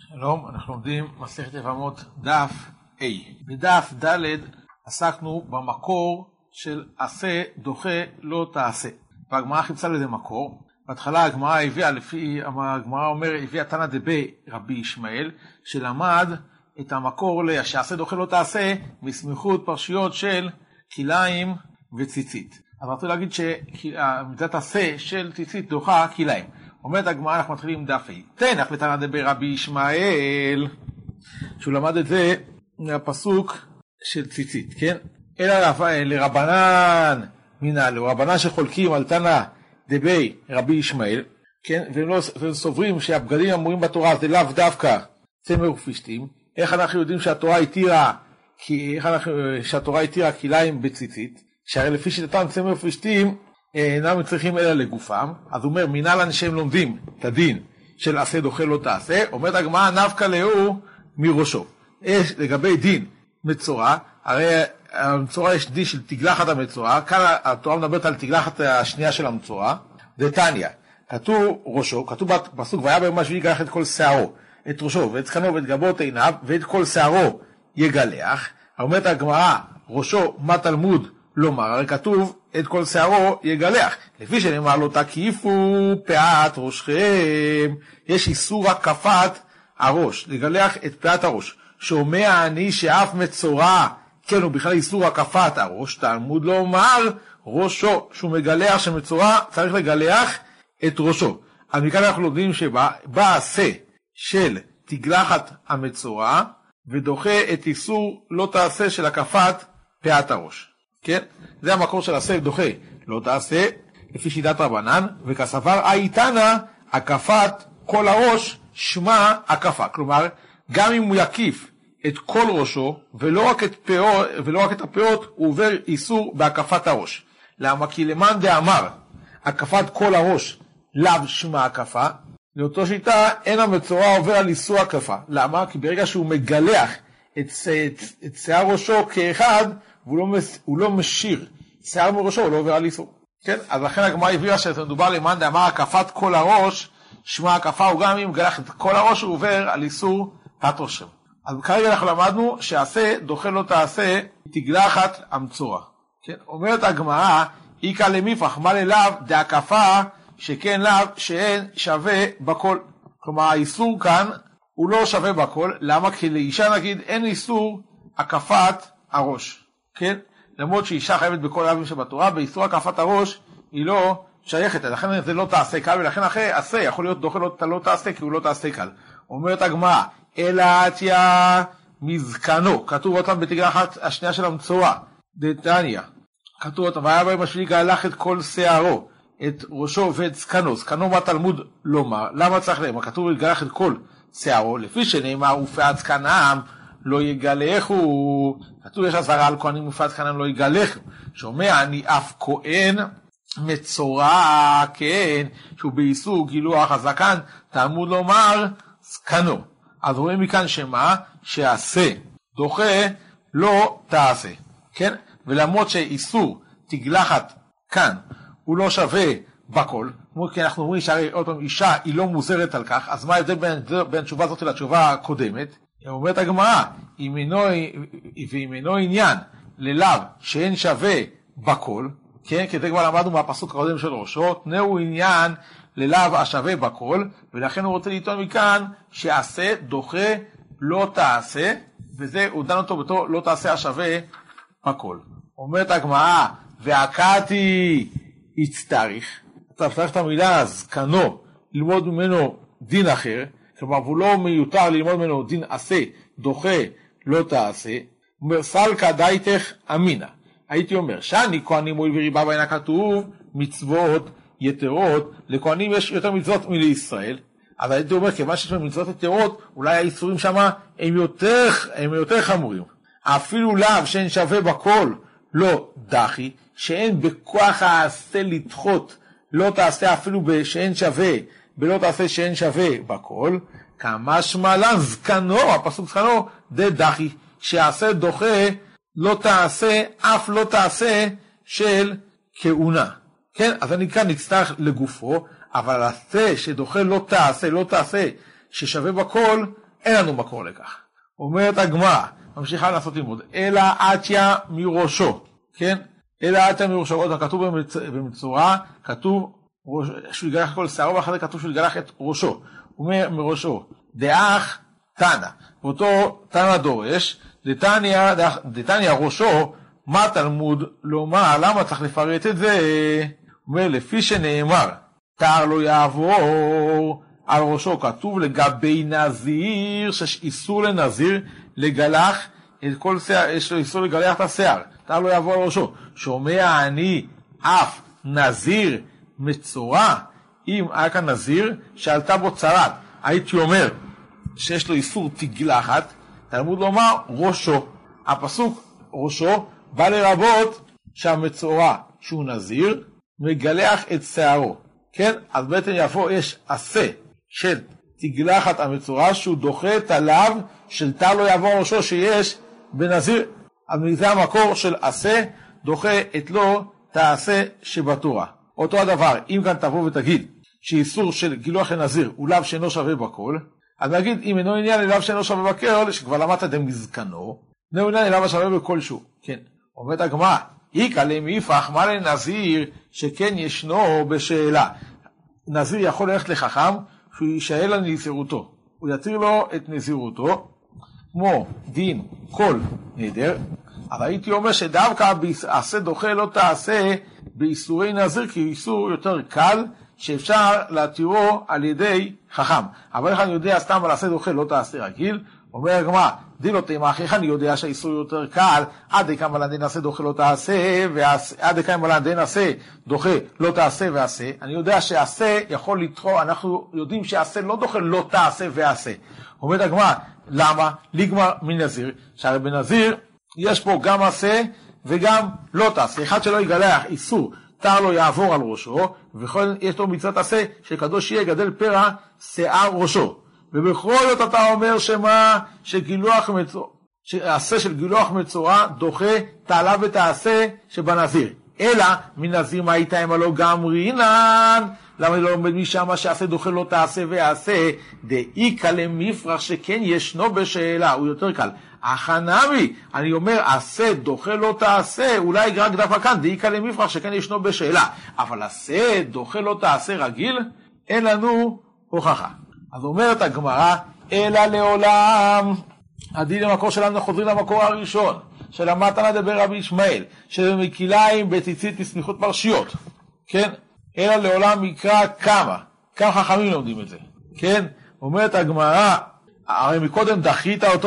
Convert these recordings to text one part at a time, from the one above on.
שלום, אנחנו לומדים מסכת יבמות דף A. בדף ד' עסקנו במקור של עשה דוחה לא תעשה. והגמרא חיפשה לזה מקור. בהתחלה הגמרא הביאה תנא דבי רבי ישמעאל, שלמד את המקור שעשה דוחה לא תעשה בסמיכות פרשיות של כליים וציצית. אז רצו להגיד שמידת עשה של ציצית דוחה כליים. אומרת הגמרא, אנחנו מתחילים עם דף A. תנח לתנא דבי רבי ישמעאל, שהוא למד את זה מהפסוק של ציצית, כן? אלא לרבנן מנהלו, רבנן שחולקים על תנא דבי רבי ישמעאל, כן? והם סוברים שהבגדים אמורים בתורה זה לאו דווקא צמר ופשתים. איך אנחנו יודעים שהתורה התירה כליים בציצית? שהרי לפי שיטתם צמר ופשתים אינם צריכים אלא לגופם. אז הוא אומר, מנהלן שהם לומדים את הדין של עשה דוחה לא תעשה, אומרת הגמרא נפקא להו מראשו. לגבי דין מצורע, הרי המצורע יש דין של תגלחת המצורע, כאן התורה מדברת על תגלחת השנייה של המצורע. דתניא, כתוב ראשו, כתוב בפסוק והיה ביום השביעי יגלח את כל שערו, את ראשו ואת זקנו ואת גבות עיניו ואת כל שערו יגלח. אומרת הגמרא, ראשו מה תלמוד לומר? הרי כתוב את כל שערו יגלח, לפי שנאמר לו תקיפו פאת ראשכם. יש איסור הקפת הראש, לגלח את פאת הראש. שומע אני שאף מצורע כן הוא בכלל איסור הקפת הראש, תלמוד לומר ראשו, שהוא מגלח שמצורע צריך לגלח את ראשו. אז מכאן אנחנו לומדים שבא עשה של תגלחת המצורע ודוחה את איסור לא תעשה של הקפת פאת הראש. כן? זה המקור של עשה דוחה לא תעשה לפי שיטת רבנן, וכסבר תנא הקפת כל הראש שמה הקפה. כלומר, גם אם הוא יקיף את כל ראשו ולא רק את הפאות, הוא עובר איסור בהקפת הראש. למה? כי למאן דאמר הקפת כל הראש לאו שמה הקפה, לאותו שיטה אין המצורע עובר על איסור הקפה. למה? כי ברגע שהוא מגלח את שיער ראשו כאחד, הוא לא משאיר שיער מראשו, הוא לא עובר על איסור. כן? אז לכן הגמרא הבהירה שמדובר למאן דאמר הקפת כל הראש שמה הקפה, הוא גם אם מגלח את כל הראש הוא עובר על איסור פאת ראשו. אז כרגע אנחנו למדנו שעשה דוחה לא תעשה תגלחת המצורע. כן? אומרת הגמרא, איקא למיפח מה ללאו דהקפה שכן לאו שאין שווה בכל. כלומר האיסור כאן הוא לא שווה בכל. למה? כי לאישה נגיד אין איסור הקפת הראש. כן? למרות שאישה חייבת בכל האבים שבתורה, באיסור הקפת הראש היא לא שייכת. לכן זה לא תעשה קל, ולכן אחרי עשה יכול להיות דוחה לא תעשה כי הוא לא תעשה קל. אומרת הגמרא, אלא עטיה מזקנו, כתוב אותם בתגלחת השנייה של המצורע. דתניא, כתוב אותם והיה ביום השביעי גלח את כל שערו, את ראשו ואת זקנו. זקנו מה תלמוד לומר? למה צריך לומר? כתוב לגלח את כל שערו, לפי שנאמר ופאת זקנם לא יגלחו. כתוב יש אזהרה על כהנים ופאת זקנם לא יגלחו. שומע אני אף כהן מצורע, כן, שהוא באיסור גילוח הזקן, תלמוד לומר זקנו. אז רואים מכאן שמה? שעשה דוחה לא תעשה. כן? ולמרות שאיסור תגלחת כאן הוא לא שווה בכל, כי אנחנו אומרים שהרי עוד פעם אישה היא לא מוזרת על כך, אז מה ההבדל בין תשובה זאת לתשובה הקודמת? אומרת הגמרא, אם אינו עניין ללאו שאין שווה בכל, כן? כי זה כבר למדנו מהפסוק הקודם של ראשו, תנאו עניין ללאו השווה בכל, ולכן הוא רוצה לטעון מכאן שעשה דוחה לא תעשה, וזה הוא דן אותו בתור לא תעשה השווה בכל. אומרת הגמרא, והקעתי יצטריך, אתה צריך את המילה זקנו, ללמוד ממנו דין אחר, כלומר הוא לא מיותר ללמוד ממנו דין עשה דוחה לא תעשה. אומר סלקא דייתך אמינה, הייתי אומר שאני כהנים מועיל וריבה בעינה כתוב מצוות יתרות, לכהנים יש יותר מצוות מלישראל, אז הייתי אומר כיוון שיש מצוות יתרות אולי האיסורים שם הם יותר חמורים. אפילו לאו שאין שווה בכל לא דחי, שאין בכוח העשה לדחות לא תעשה אפילו שאין שווה בלא תעשה שאין שווה בכל, כמה שמלן זקנו, הפסוק זקנו דה דחי, שעשה דוחה לא תעשה אף לא תעשה של כהונה. כן, אז אני כאן נצטרך לגופו, אבל עשה שדוחה לא תעשה ששווה בכל, אין לנו מקור לכך. אומרת הגמרא, ממשיכה לעשות לימוד, אלא עטיה מראשו, כן? אלא עטיה מראשו, עוד כתוב במצורע, כתוב שהוא יגלח כל שערו, ואחרי זה כתוב שהוא יגלח את ראשו. הוא אומר מראשו, דאח תנא, ואותו תנא דורש, דתניא ראשו, מה תלמוד לומר, למה צריך לפרט את זה? הוא אומר, לפי שנאמר, תער לא יעבור על ראשו, כתוב לגבי נזיר, שיש איסור לנזיר לגלח את כל שיער, יש לו איסור לגלח את השיער, תער לא יעבור על ראשו. שומע אני אף נזיר מצורע, אם היה כאן נזיר שעלתה בו צרת, הייתי אומר שיש לו איסור תגלחת, תלמוד לומר ראשו. הפסוק ראשו בא לרבות שהמצורע שהוא נזיר מגלח את שערו, כן? אז בעצם יבוא יש עשה של תגלחת המצורע שהוא דוחה את הלאו של תער לא יעבור ראשו שיש בנזיר. אז זה המקור של עשה דוחה את לא תעשה שבתורה. אותו הדבר, אם כאן תבוא ותגיד שאיסור של גילוח הנזיר הוא לאו שאינו שווה בכל, אז נגיד אם אינו עניין לאו שאינו שווה בכל, שכבר למדת דמזקנו, אינו עניין לאו שווה בכלשהו. כן, אומרת הגמרא, איקא למיפח מה לנזיר שכן ישנו בשאלה. נזיר יכול ללכת לחכם שהוא יישאל על נזירותו, הוא יתיר לו את נזירותו כמו דין כל נדר. אבל הייתי אומר שדווקא עשה דוחה לא תעשה באיסורי נזיר, כי איסור יותר קל שאפשר להתירו על ידי חכם. אבל איך אני יודע סתם על עשה דוחה לא תעשה רגיל? אומר הגמרא, דיל אותי מאחיך, אני יודע שהאיסור יותר קל, עד כמה לנדין עשה דוחה לא תעשה, עד כמה לנדין עשה דוחה לא תעשה ועשה. אני יודע שעשה יכול לתחור, אנחנו יודעים שעשה לא דוחה לא תעשה ועשה. אומרת הגמרא, למה? לגמר מנזיר, שהרי בנזיר יש פה גם עשה וגם לא תעשה. אחד שלא יגלח איסור, תער לא יעבור על ראשו, וכל יש לו מצוות עשה שקדוש יהיה גדל פרע שיער ראשו. ובכל זאת אתה אומר שמה שגילוח מצורע, שעשה של גילוח מצורע דוחה תעלה ותעשה שבנזיר. אלא מנזיר מה איתה אם הלא גמרינן, למה לא לומד משם שעשה דוחה לא תעשה ועשה, דאיקא למפרח שכן ישנו בשאלה, הוא יותר קל. החנמי, אני אומר עשה דוחה לא תעשה, אולי רק דווקא כאן דאיקא למפרח שכן ישנו בשאלה, אבל עשה דוחה לא תעשה רגיל, אין לנו הוכחה. אז אומרת הגמרא, אלא לעולם, הדין המקור שלנו חוזרים למקור הראשון, של המתנה דבר רבי ישמעאל, של מקיליים בציצית מסמיכות פרשיות, כן? אלא לעולם יקרא כמה חכמים לומדים את זה, כן? אומרת הגמרא, הרי מקודם דחית אותו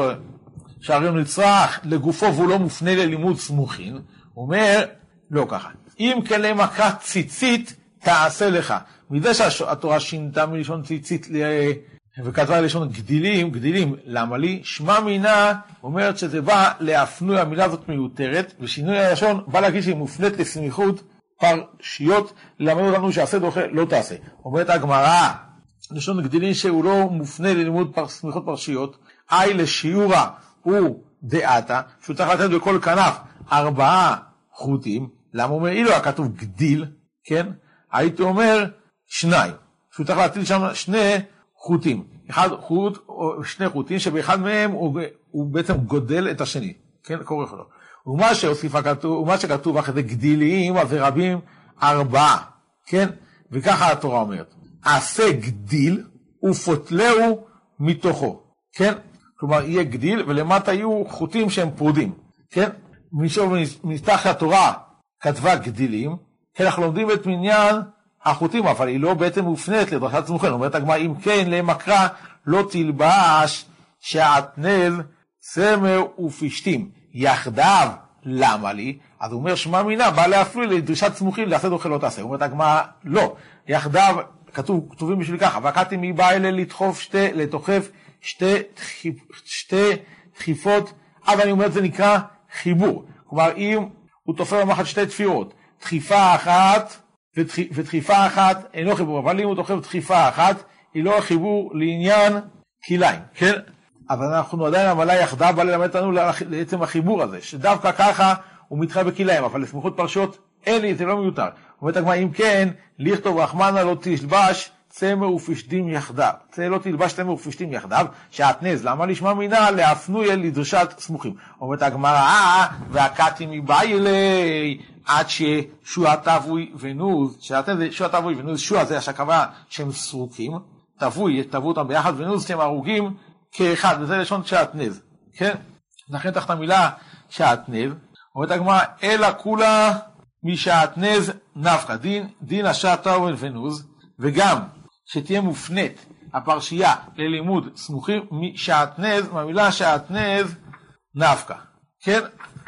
שהרי הוא נצרך לגופו והוא לא מופנה ללימוד סמוכין, אומר, לא ככה, אם כן למקרא ציצית תעשה לך, מזה שהתורה שינתה מלשון ציצית וכתבה ללשון גדילים, למה לי? שמע מינה אומרת שזה בא להפנוי, המילה הזאת מיותרת, ושינוי הלשון בא להגיד שהיא מופנית לסמיכות פרשיות, ללמד אותנו שעשה דוחה לא תעשה. אומרת הגמרא, לשון גדילים שהוא לא מופנה ללימוד סמיכות פרשיות, לשיעורה הוא דעתה, שהוא צריך לתת בכל כנף 4 חוטים, למה אומר אילו הכתוב גדיל, כן? הייתי אומר 2, שהוא צריך להטיל שם 2 חוטים, 2 חוטים שבאחד מהם הוא בעצם גודל את השני, כן, כורך לו. ומה שכתוב אחרי זה גדיליים, אז זה רבים 4, כן, וככה התורה אומרת, עשה גדיל ופותלהו מתוכו, כן, כלומר יהיה גדיל ולמטה יהיו חוטים שהם פרודים, כן, מתחת התורה כתבה גדילים, כן, אנחנו לומדים את מניין החוטים, אבל היא לא בעצם מופנית לדרשת סמוכין. אומרת הגמרא, אם כן למקרא לא תלבש שעטנז צמר ופשתים יחדיו, למה לי? אז הוא אומר שמע מינה בא להפליל לדרשת סמוכין לעשה דוחה לא תעשה. אומרת הגמרא, לא, יחדיו כתובים בשביל ככה, וקטי מי בא אלה לתוכף שתי דחיפות, אבל אני אומר זה נקרא חיבור, כלומר אם הוא תופר במחת 2 תפירות, דחיפה אחת ודחיפה אחת אינו חיבור, אבל אם הוא תוכף דחיפה אחת היא לא חיבור לעניין כליים, כן? אבל אנחנו עדיין המלה יחדה בא ללמד לנו לעצם החיבור הזה, שדווקא ככה הוא מתחייב בכליים, אבל לסמיכות פרשיות אין לי, זה לא מיותר. אומרת הגמרא, אם כן לכתוב רחמנא לא תלבש צמר ופשדים יחדיו. זה לא תלבש צמר ופשדים יחדיו, שעטנז, למה לשמה מינה? להפנויה לדרשת סמוכים. אומרת הגמרא, והקטי מבאי אלי, עד ששועה תבוי ונוז, שעטנז זה שועה תבוי ונוז, שועה זה השכבה שהם סרוקים, תבוי אותם ביחד, ונוז שהם הרוגים כאחד, וזה לשון שעטנז, כן? לכן תחת המילה שעטנז, אומרת הגמרא, אלא כולה משעטנז נפקא, דין השעה תבוי ונוז, וגם שתהיה מופנית הפרשייה ללימוד סמוכים משעטנז, מהמילה שעטנז נפקא, כן?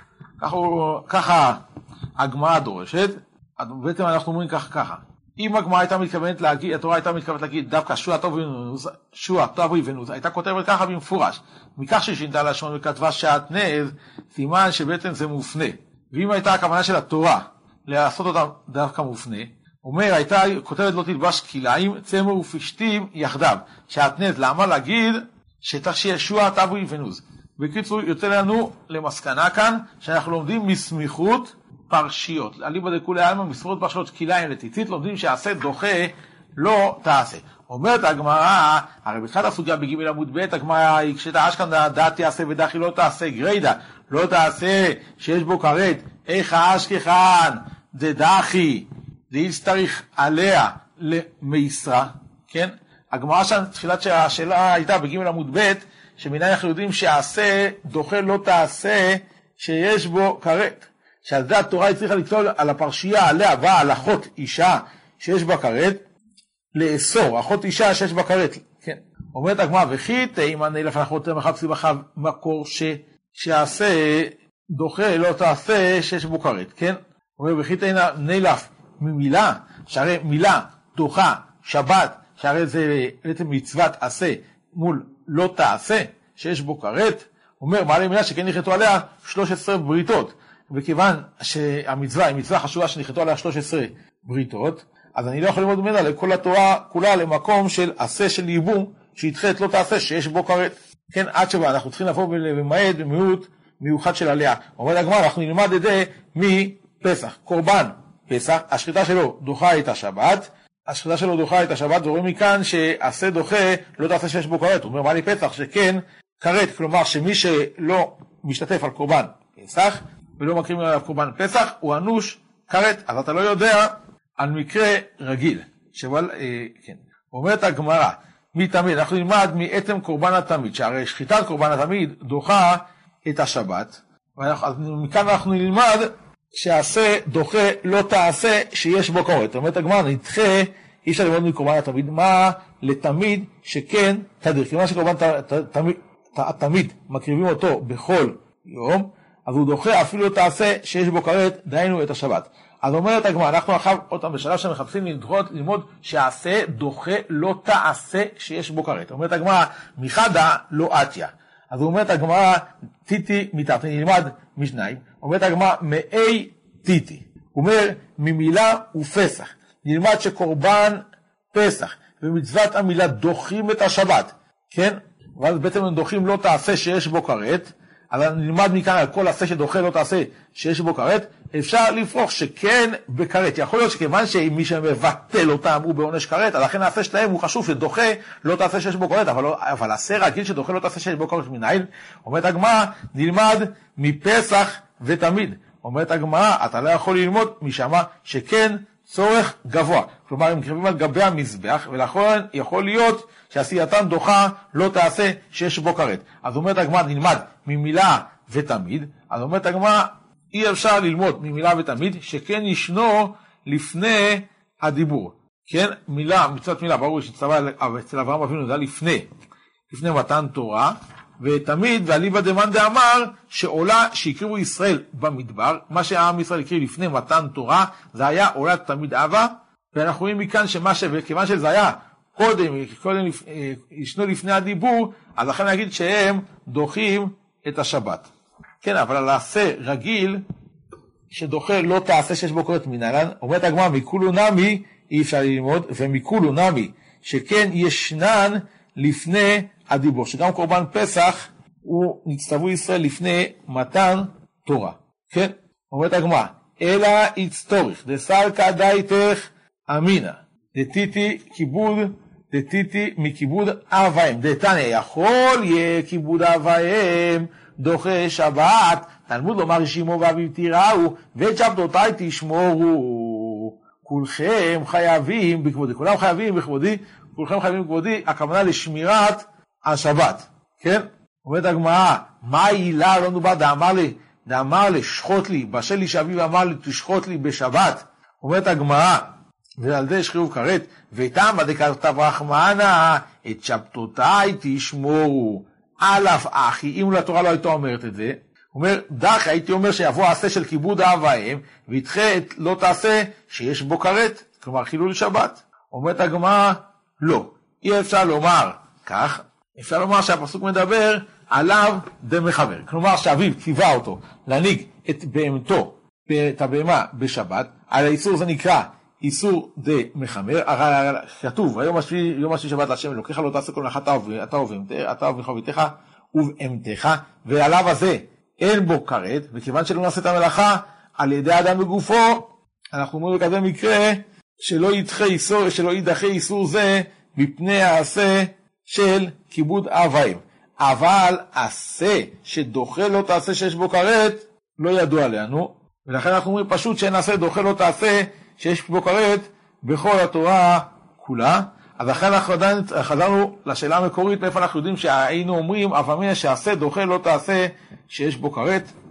ככה הגמרא דורשת, בעצם אנחנו אומרים ככה, אם הגמרא הייתה מתכוונת להגיד, התורה הייתה מתכוונת להגיד דווקא שועה תבוי ונוז, הייתה כותבת ככה במפורש, מכך ששינתה לשון וכתבה שעטנז, סימן שבעצם זה מופנה, ואם הייתה הכוונה של התורה לעשות אותה דווקא מופנה, אומר, הייתה כותבת לא תלבש כליים, צמר ופשתים יחדיו. שעטנז, למה להגיד שצריך שיהיה שועה תבוי ונוז? בקיצור, יוצא לנו למסקנה כאן, שאנחנו לומדים מסמיכות פרשיות. אליבא דכולי עלמא, מסמיכות פרשיות כליים לציצית, לומדים שעשה דוחה לא תעשה. אומרת הגמרא, הרי בתחילת הסוגיה בג' עמוד ב', הגמרא היא כשאתה אשכנא דעת תעשה ודחי לא תעשה, גרידא, לא תעשה שיש בו כרת, איך האשכחן דדחי, דאיצטריך עליה למייסרה, כן? הגמרא שם, תחילת השאלה הייתה בג' עמוד ב', שמנין אנחנו יודעים שעשה דוחה לא תעשה שיש בו כרת. שעל זה התורה הצליחה לכתוב על הפרשייה עליה ועל אחות אישה שיש בה כרת, לאסור, אחות אישה שיש בה כרת, כן? אומרת הגמרא, וכי תימן נילף, אנחנו יותר מחפשים אחר מקור שעשה דוחה לא תעשה שיש בו כרת, כן? אומר, וכי תימן נילף ממילה, שהרי מילה דוחה שבת, שהרי זה בעצם מצוות עשה מול לא תעשה שיש בו כרת, אומר מעלה מילה שכן נחתו עליה 13 בריתות, וכיוון שהמצווה היא מצווה חשובה שנחתו עליה 13 בריתות, אז אני לא יכול ללמוד ממנה לכל התורה כולה למקום של עשה של ייבום שידחת לא תעשה שיש בו כרת, כן? עד שבה אנחנו צריכים לבוא ולמעט במיעוט מיוחד של עליה. אומר הגמרא, אנחנו נלמד את זה מפסח, קורבן פסח, השחיטה שלו דוחה את השבת, ורואים מכאן שעשה דוחה לא תעשה שיש בו כרת. הוא אומר, מה לי פסח? שכן כרת, כלומר שמי שלא משתתף על קורבן פסח ולא מקריבים עליו קורבן פסח הוא אנוש כרת. אז אתה לא יודע על מקרה רגיל כן. אומרת הגמרא, מתמיד, אנחנו נלמד מעצם קורבן התמיד, שהרי שחיטת קורבן התמיד דוחה את השבת, אז מכאן אנחנו נלמד שעשה דוחה לא תעשה שיש בו כרת. אומרת הגמרא, נדחה, אי אפשר ללמוד מקורבן התמיד, מה לתמיד שכן תדיר, כיוון שקורבן תמיד מקריבים אותו בכל יום, אז הוא דוחה אפילו לא תעשה שיש בו כרת, דהיינו את השבת. אז אומרת הגמרא, אנחנו עכשיו אותם בשלב שמחפשים ללמוד שעשה דוחה לא תעשה שיש בו כרת. אומרת הגמרא, מחדה לא עתיה. אז אומרת הגמרא, טיטי מתחתני, נלמד משניים. אומרת הגמרא, מאי טיטי. אומר, ממילה ופסח. נלמד שקורבן פסח ומצוות המילה דוחים את השבת, כן? ואז בעצם הם דוחים לא תעשה שיש בו כרת, אז נלמד מכאן על כל עשה שדוחה לא תעשה שיש בו כרת, אפשר לפרוח שכן בכרת. יכול להיות שכיוון שמי שמבטל אותם הוא בעונש כרת, אז לכן העשה שלהם הוא חשוב שדוחה לא תעשה שיש בו כרת, אבל עשה רגיל שדוחה לא תעשה שיש בו כרת מנהל. אומרת הגמרא, נלמד מפסח ותמיד. אומרת הגמרא, אתה לא יכול ללמוד משמה שכן צורך גבוה, כלומר הם מקריבים על גבי המזבח, ולכן יכול להיות שעשייתם דוחה לא תעשה שיש בו כרת. אז אומרת הגמרא, נלמד ממילה ותמיד. אז אומרת הגמרא, אי אפשר ללמוד ממילה ותמיד שכן ישנו לפני הדיבור, כן? מילה, מצוות מילה, ברור שצווה אצל אברהם אבינו זה לפני מתן תורה, ותמיד, ואליבא דמאן דאמר שעולה שהקריבו ישראל במדבר, מה שהעם ישראל הקריב לפני מתן תורה, זה היה עולת תמיד אבה, ואנחנו רואים מכאן וכיוון שזה היה קודם ישנו לפני הדיבור, אז לכן נגיד שהם דוחים את השבת. כן, אבל על העשה רגיל שדוחה לא תעשה שיש בו כרת מנהלן, אומרת הגמרא, מכולו נמי אי אפשר ללמוד, ומכולו נמי שכן ישנן לפני הדיבור, שגם קורבן פסח הוא נצטוו ישראל לפני מתן תורה, כן? אומרת הגמרא, אלא יצטורך דסלקא דייתך אמינה דתיתי כיבוד, דתיתי מכיבוד אב ואם. דתניא, יכול יהיה כיבוד אב ואם דוחה שבת, תלמוד לומר שימו ואביו תיראו, ואת שבתותיי תשמורו. כולכם חייבים בכבודי, כולם חייבים בכבודי, כולכם חייבים בכבודי, הכוונה לשמירת השבת, כן? אומרת הגמרא, מה העילה לא נובע, דאמר לי שחוט לי, בשל לי שאביו אמר לי תשחוט לי בשבת. אומרת הגמרא, ועל זה יש חיוב כרת, ותמה דכתב רחמנה, את שבתותיי תשמורו. א' אחי, אם לתורה לא הייתה אומרת את זה, אומר, דחי הייתי אומר שיבוא עשה של כיבוד אב ואם, וידחה את לא תעשה שיש בו כרת, כלומר חילול שבת. אומרת הגמרא, לא, אי אפשר לומר כך, אפשר לומר שהפסוק מדבר עליו דמחבר, כלומר שאביו ציווה אותו להנהיג את בהמתו, את הבהמה בשבת, על האיסור זה נקרא איסור דמחבר, כתוב, יום השביעי שבת להשם אלוקיך לא תעשה כל מלאכה אתה ובחביתך ובהמתך, ועליו הזה אין בו כרת, וכיוון שלא נעשה את המלאכה על ידי האדם בגופו, אנחנו אומרים בכזה מקרה שלא יידחה איסור זה מפני העשה של כיבוד אב ואם. אבל עשה שדוחה לא תעשה שיש בו כרת לא ידוע לנו, ולכן אנחנו אומרים פשוט שנעשה דוחה לא תעשה שיש בו כרת בכל התורה כולה. אז לכן אנחנו עדיין חזרנו לשאלה המקורית מאיפה אנחנו יודעים שהיינו אומרים אב אמינא שעשה דוחה לא תעשה שיש בו כרת.